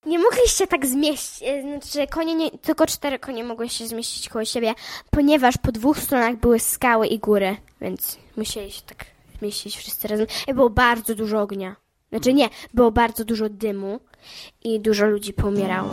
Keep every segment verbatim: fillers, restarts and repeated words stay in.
Nie mogliście tak zmieścić, znaczy konie nie, tylko cztery konie mogły się zmieścić koło siebie, ponieważ po dwóch stronach były skały i góry, więc musieli się tak zmieścić wszyscy razem. I było bardzo dużo ognia. Znaczy nie, było bardzo dużo dymu i dużo ludzi poumierało.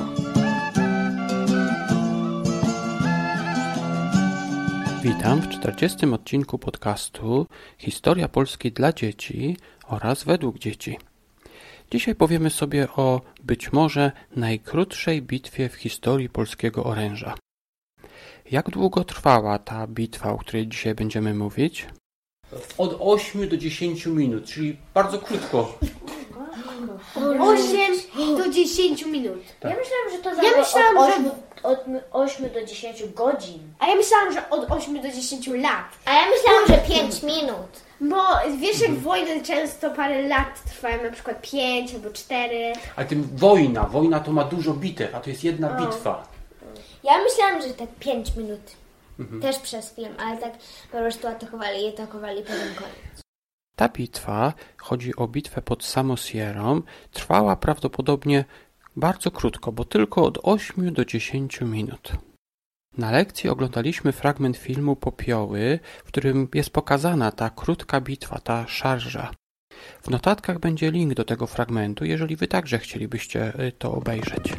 Witam w czterdziestym odcinku podcastu Historia Polski dla dzieci oraz według dzieci. Dzisiaj powiemy sobie o być może najkrótszej bitwie w historii polskiego oręża. Jak długo trwała ta bitwa, o której dzisiaj będziemy mówić? Od ośmiu do dziesięciu minut, czyli bardzo krótko. osiem do dziesięciu minut. Tak. Ja myślałam, że to zajęło ja myślałam, od, że... ośmiu, od ośmiu do dziesięciu godzin. A ja myślałam, że od ośmiu do dziesięciu lat. A ja myślałam, że pięć minut. Bo wiesz, jak wojny często parę lat trwają, na przykład pięć albo cztery. Ale tym wojna, wojna to ma dużo bitew, a to jest jedna o. bitwa. Ja myślałam, że tak pięć minut. Mhm. Też przez chwilę, ale tak po prostu atakowali i atakowali, potem koniec. Ta bitwa, chodzi o bitwę pod Samosierą, trwała prawdopodobnie bardzo krótko, bo tylko od ośmiu do dziesięciu minut. Na lekcji oglądaliśmy fragment filmu Popioły, w którym jest pokazana ta krótka bitwa, ta szarża. W notatkach będzie link do tego fragmentu, jeżeli wy także chcielibyście to obejrzeć.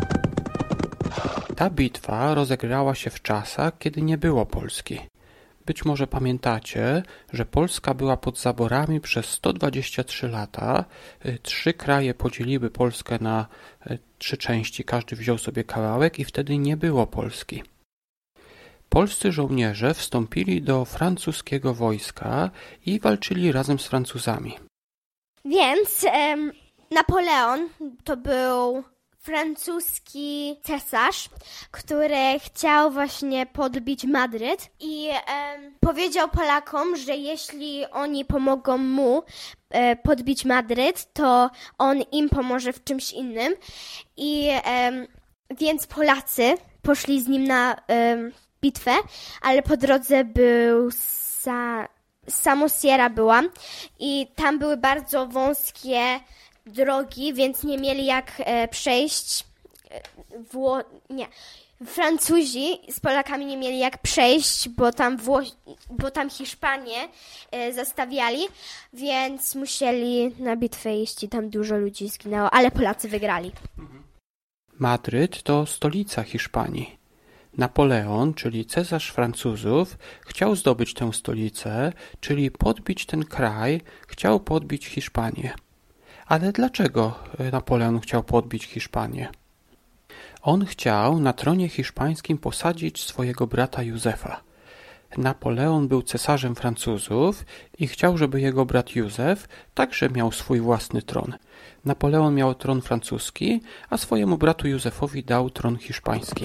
Ta bitwa rozegrała się w czasach, kiedy nie było Polski. Być może pamiętacie, że Polska była pod zaborami przez sto dwadzieścia trzy lata. Trzy kraje podzieliły Polskę na trzy części, każdy wziął sobie kawałek i wtedy nie było Polski. Polscy żołnierze wstąpili do francuskiego wojska i walczyli razem z Francuzami. Więc em, Napoleon to był francuski cesarz, który chciał właśnie podbić Madryt i em, powiedział Polakom, że jeśli oni pomogą mu e, podbić Madryt, to on im pomoże w czymś innym. I em, więc Polacy poszli z nim na em, bitwę, ale po drodze był sa, Samosiera była i tam były bardzo wąskie drogi, więc nie mieli jak e, przejść. E, Wło- nie. Francuzi z Polakami nie mieli jak przejść, bo tam, Wło- bo tam Hiszpanie e, zastawiali, więc musieli na bitwę iść i tam dużo ludzi zginęło, ale Polacy wygrali. Madryt to stolica Hiszpanii. Napoleon, czyli cesarz Francuzów, chciał zdobyć tę stolicę, czyli podbić ten kraj, chciał podbić Hiszpanię. Ale dlaczego Napoleon chciał podbić Hiszpanię? On chciał na tronie hiszpańskim posadzić swojego brata Józefa. Napoleon był cesarzem Francuzów i chciał, żeby jego brat Józef także miał swój własny tron. Napoleon miał tron francuski, a swojemu bratu Józefowi dał tron hiszpański.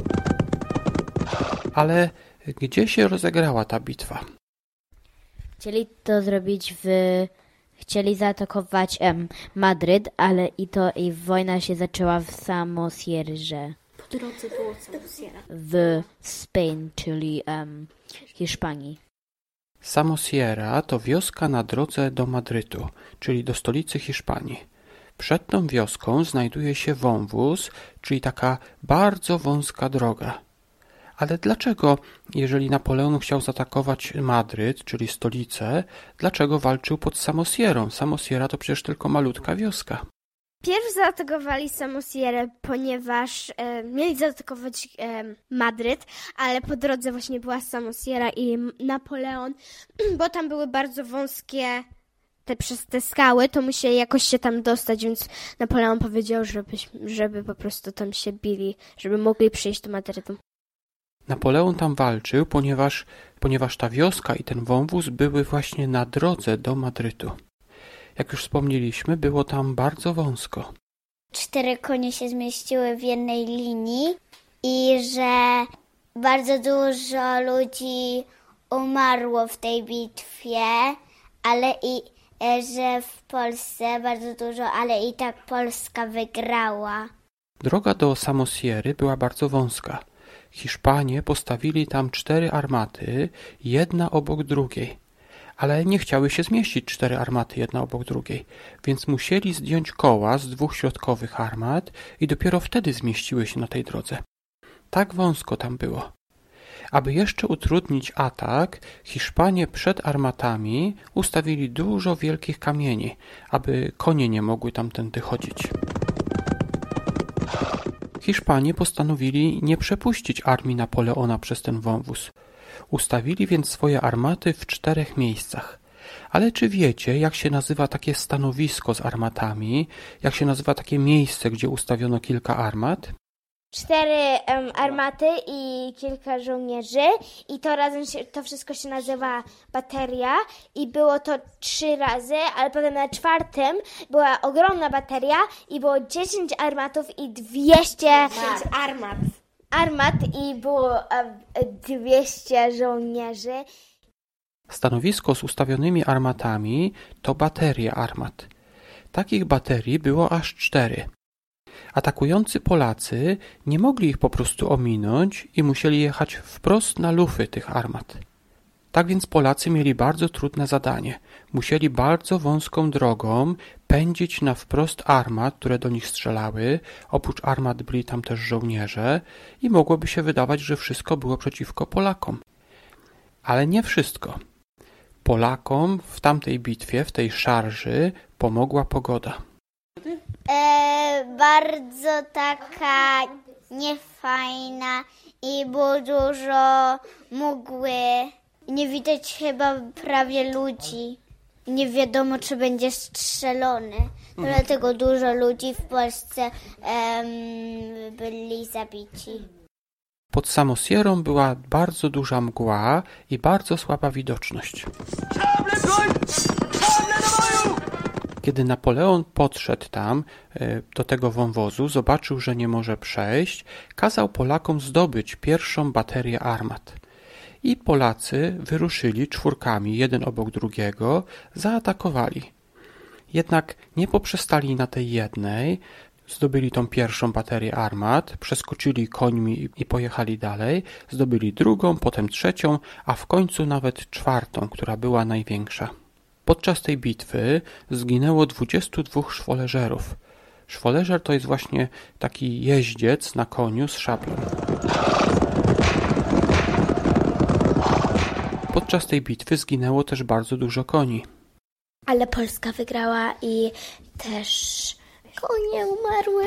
Ale gdzie się rozegrała ta bitwa? Chcieli to zrobić w... Chcieli zaatakować em, Madryt, ale i to i wojna się zaczęła w Samosierze. Po drodze było Samosiera. W Spain, czyli em, Hiszpanii. Samosiera to wioska na drodze do Madrytu, czyli do stolicy Hiszpanii. Przed tą wioską znajduje się wąwóz, czyli taka bardzo wąska droga. Ale dlaczego, jeżeli Napoleon chciał zaatakować Madryt, czyli stolicę, dlaczego walczył pod Samosierą? Samosiera to przecież tylko malutka wioska. Pierw zaatakowali Samosierę, ponieważ e, mieli zaatakować e, Madryt, ale po drodze właśnie była Samosiera i Napoleon, bo tam były bardzo wąskie te, przez te skały, to musieli jakoś się tam dostać, więc Napoleon powiedział, żeby, żeby po prostu tam się bili, żeby mogli przyjść do Madrytu. Napoleon tam walczył, ponieważ, ponieważ ta wioska i ten wąwóz były właśnie na drodze do Madrytu. Jak już wspomnieliśmy, było tam bardzo wąsko. Cztery konie się zmieściły w jednej linii i że bardzo dużo ludzi umarło w tej bitwie, ale i że w Polsce bardzo dużo, ale i tak Polska wygrała. Droga do Samosiery była bardzo wąska. Hiszpanie postawili tam cztery armaty, jedna obok drugiej. ale nie chciały się zmieścić cztery armaty jedna obok drugiej, więc musieli zdjąć koła z dwóch środkowych armat i dopiero wtedy zmieściły się na tej drodze. Tak wąsko tam było. Aby jeszcze utrudnić atak, Hiszpanie przed armatami ustawili dużo wielkich kamieni, aby konie nie mogły tamtędy chodzić. Hiszpanie postanowili nie przepuścić armii Napoleona przez ten wąwóz. Ustawili więc swoje armaty w czterech miejscach. Ale czy wiecie, jak się nazywa takie stanowisko z armatami? Jak się nazywa takie miejsce, gdzie ustawiono kilka armat? Cztery um, armaty i kilka żołnierzy i to razem się, to wszystko się nazywa bateria i było to trzy razy, ale potem na czwartym była ogromna bateria i było dziesięć armatów i dwieście Armat. armat i było um, dwieście żołnierzy. Stanowisko z ustawionymi armatami to bateria armat. Takich baterii było aż cztery. Atakujący Polacy nie mogli ich po prostu ominąć i musieli jechać wprost na lufy tych armat. Tak więc Polacy mieli bardzo trudne zadanie. Musieli bardzo wąską drogą pędzić na wprost armat, które do nich strzelały. Oprócz armat byli tam też żołnierze i mogłoby się wydawać, że wszystko było przeciwko Polakom. Ale nie wszystko. Polakom w tamtej bitwie, w tej szarży pomogła pogoda. E, bardzo taka niefajna i było dużo mgły. Nie widać chyba prawie ludzi. Nie wiadomo, czy będzie strzelony. Dlatego dużo ludzi w Polsce em, byli zabici. Pod Samosierą była bardzo duża mgła i bardzo słaba widoczność. Kiedy Napoleon podszedł tam, do tego wąwozu, zobaczył, że nie może przejść, kazał Polakom zdobyć pierwszą baterię armat. I Polacy wyruszyli czwórkami, jeden obok drugiego, zaatakowali. Jednak nie poprzestali na tej jednej, zdobyli tą pierwszą baterię armat, przeskoczyli końmi i pojechali dalej, zdobyli drugą, potem trzecią, a w końcu nawet czwartą, która była największa. Podczas tej bitwy zginęło dwudziestu dwóch szwoleżerów. Szwoleżer to jest właśnie taki jeździec na koniu z szablą. Podczas tej bitwy zginęło też bardzo dużo koni. Ale Polska wygrała i też konie umarły.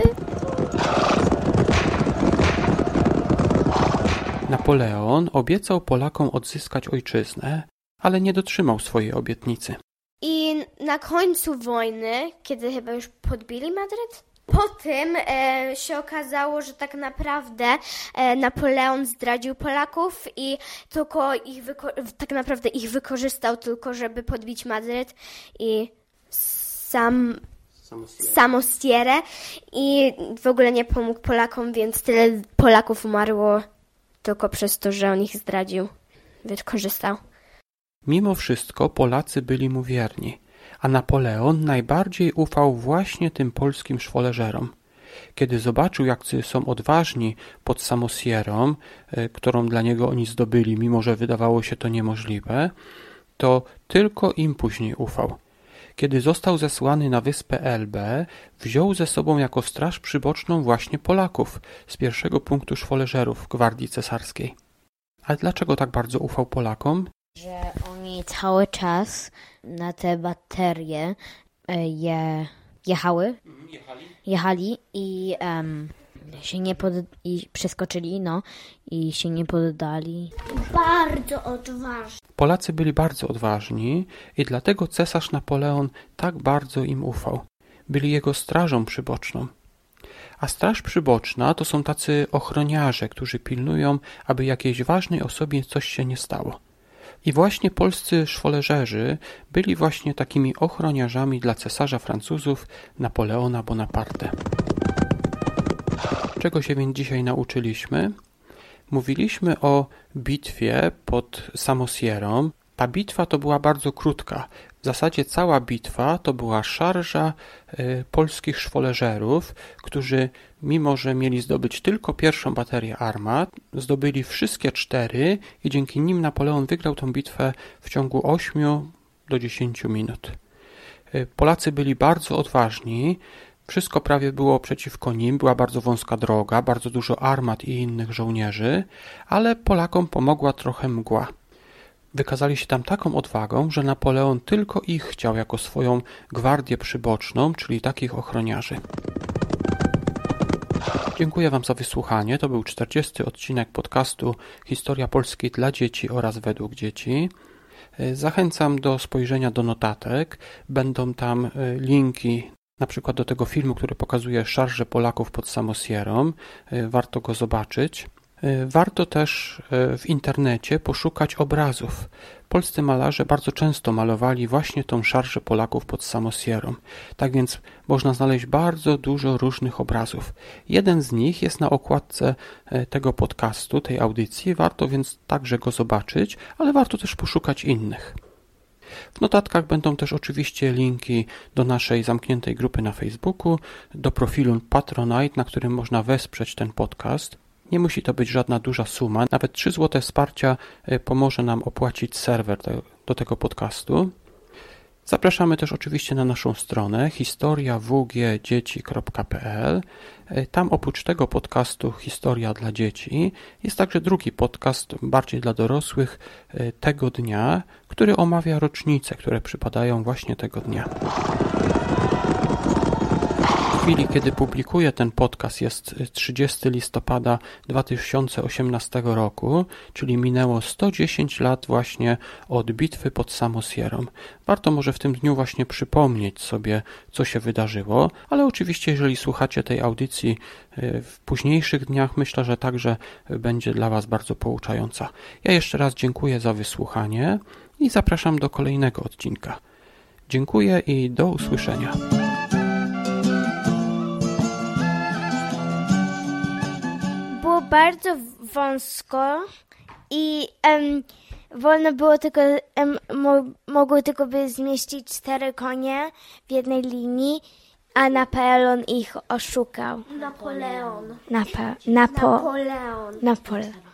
Napoleon obiecał Polakom odzyskać ojczyznę, ale nie dotrzymał swojej obietnicy. I na końcu wojny, kiedy chyba już podbili Madryt, potem e, się okazało, że tak naprawdę e, Napoleon zdradził Polaków i tylko ich wyko- tak naprawdę ich wykorzystał tylko, żeby podbić Madryt i sam Samosierę i w ogóle nie pomógł Polakom, więc tyle Polaków umarło tylko przez to, że on ich zdradził, wykorzystał. Mimo wszystko Polacy byli mu wierni, a Napoleon najbardziej ufał właśnie tym polskim szwoleżerom. Kiedy zobaczył, jak są odważni pod Samosierą, którą dla niego oni zdobyli, mimo że wydawało się to niemożliwe, to tylko im później ufał. Kiedy został zesłany na wyspę Elbę, wziął ze sobą jako straż przyboczną właśnie Polaków z pierwszego punktu szwoleżerów Gwardii Cesarskiej. Ale dlaczego tak bardzo ufał Polakom? Że oni cały czas na te baterie e, je, jechały, jechali, jechali i um, się nie pod, i przeskoczyli, no, i się nie poddali. Bardzo odważni. Polacy byli bardzo odważni i dlatego cesarz Napoleon tak bardzo im ufał. Byli jego strażą przyboczną. A straż przyboczna to są tacy ochroniarze, którzy pilnują, aby jakiejś ważnej osobie coś się nie stało. I właśnie polscy szwoleżerzy byli właśnie takimi ochroniarzami dla cesarza Francuzów Napoleona Bonaparte. Czego się więc dzisiaj nauczyliśmy? Mówiliśmy o bitwie pod Samosierą. Ta bitwa to była bardzo krótka. W zasadzie cała bitwa to była szarża y, polskich szwoleżerów, którzy mimo, że mieli zdobyć tylko pierwszą baterię armat, zdobyli wszystkie cztery i dzięki nim Napoleon wygrał tę bitwę w ciągu ośmiu, do dziesięciu minut. Polacy byli bardzo odważni, wszystko prawie było przeciwko nim, była bardzo wąska droga, bardzo dużo armat i innych żołnierzy, ale Polakom pomogła trochę mgła. Wykazali się tam taką odwagą, że Napoleon tylko ich chciał jako swoją gwardię przyboczną, czyli takich ochroniarzy. Dziękuję Wam za wysłuchanie. To był czterdziesty odcinek podcastu Historia Polski dla dzieci oraz według dzieci. Zachęcam do spojrzenia do notatek. Będą tam linki na przykład do tego filmu, który pokazuje szarże Polaków pod Samosierą. Warto go zobaczyć. Warto też w internecie poszukać obrazów. Polscy malarze bardzo często malowali właśnie tą szarżę Polaków pod Samosierą. Tak więc można znaleźć bardzo dużo różnych obrazów. Jeden z nich jest na okładce tego podcastu, tej audycji. Warto więc także go zobaczyć, ale warto też poszukać innych. W notatkach będą też oczywiście linki do naszej zamkniętej grupy na Facebooku, do profilu Patronite, na którym można wesprzeć ten podcast. Nie musi to być żadna duża suma, nawet trzy złote wsparcia pomoże nam opłacić serwer do, do tego podcastu. Zapraszamy też oczywiście na naszą stronę historia w g dzieci kropka p l. Tam oprócz tego podcastu Historia dla dzieci jest także drugi podcast bardziej dla dorosłych tego dnia, który omawia rocznice, które przypadają właśnie tego dnia. W chwili, kiedy publikuję ten podcast, jest trzydziestego listopada dwa tysiące osiemnastego roku, czyli minęło sto dziesięć lat właśnie od bitwy pod Samosierą. Warto może w tym dniu właśnie przypomnieć sobie, co się wydarzyło, ale oczywiście jeżeli słuchacie tej audycji w późniejszych dniach, myślę, że także będzie dla Was bardzo pouczająca. Ja jeszcze raz dziękuję za wysłuchanie i zapraszam do kolejnego odcinka. Dziękuję i do usłyszenia. Było bardzo wąsko i em, wolno było tylko, em, mo, mogły tylko by zmieścić cztery konie w jednej linii, a Napoleon ich oszukał. Napoleon. Napo, Napo, Napoleon. Napoleon.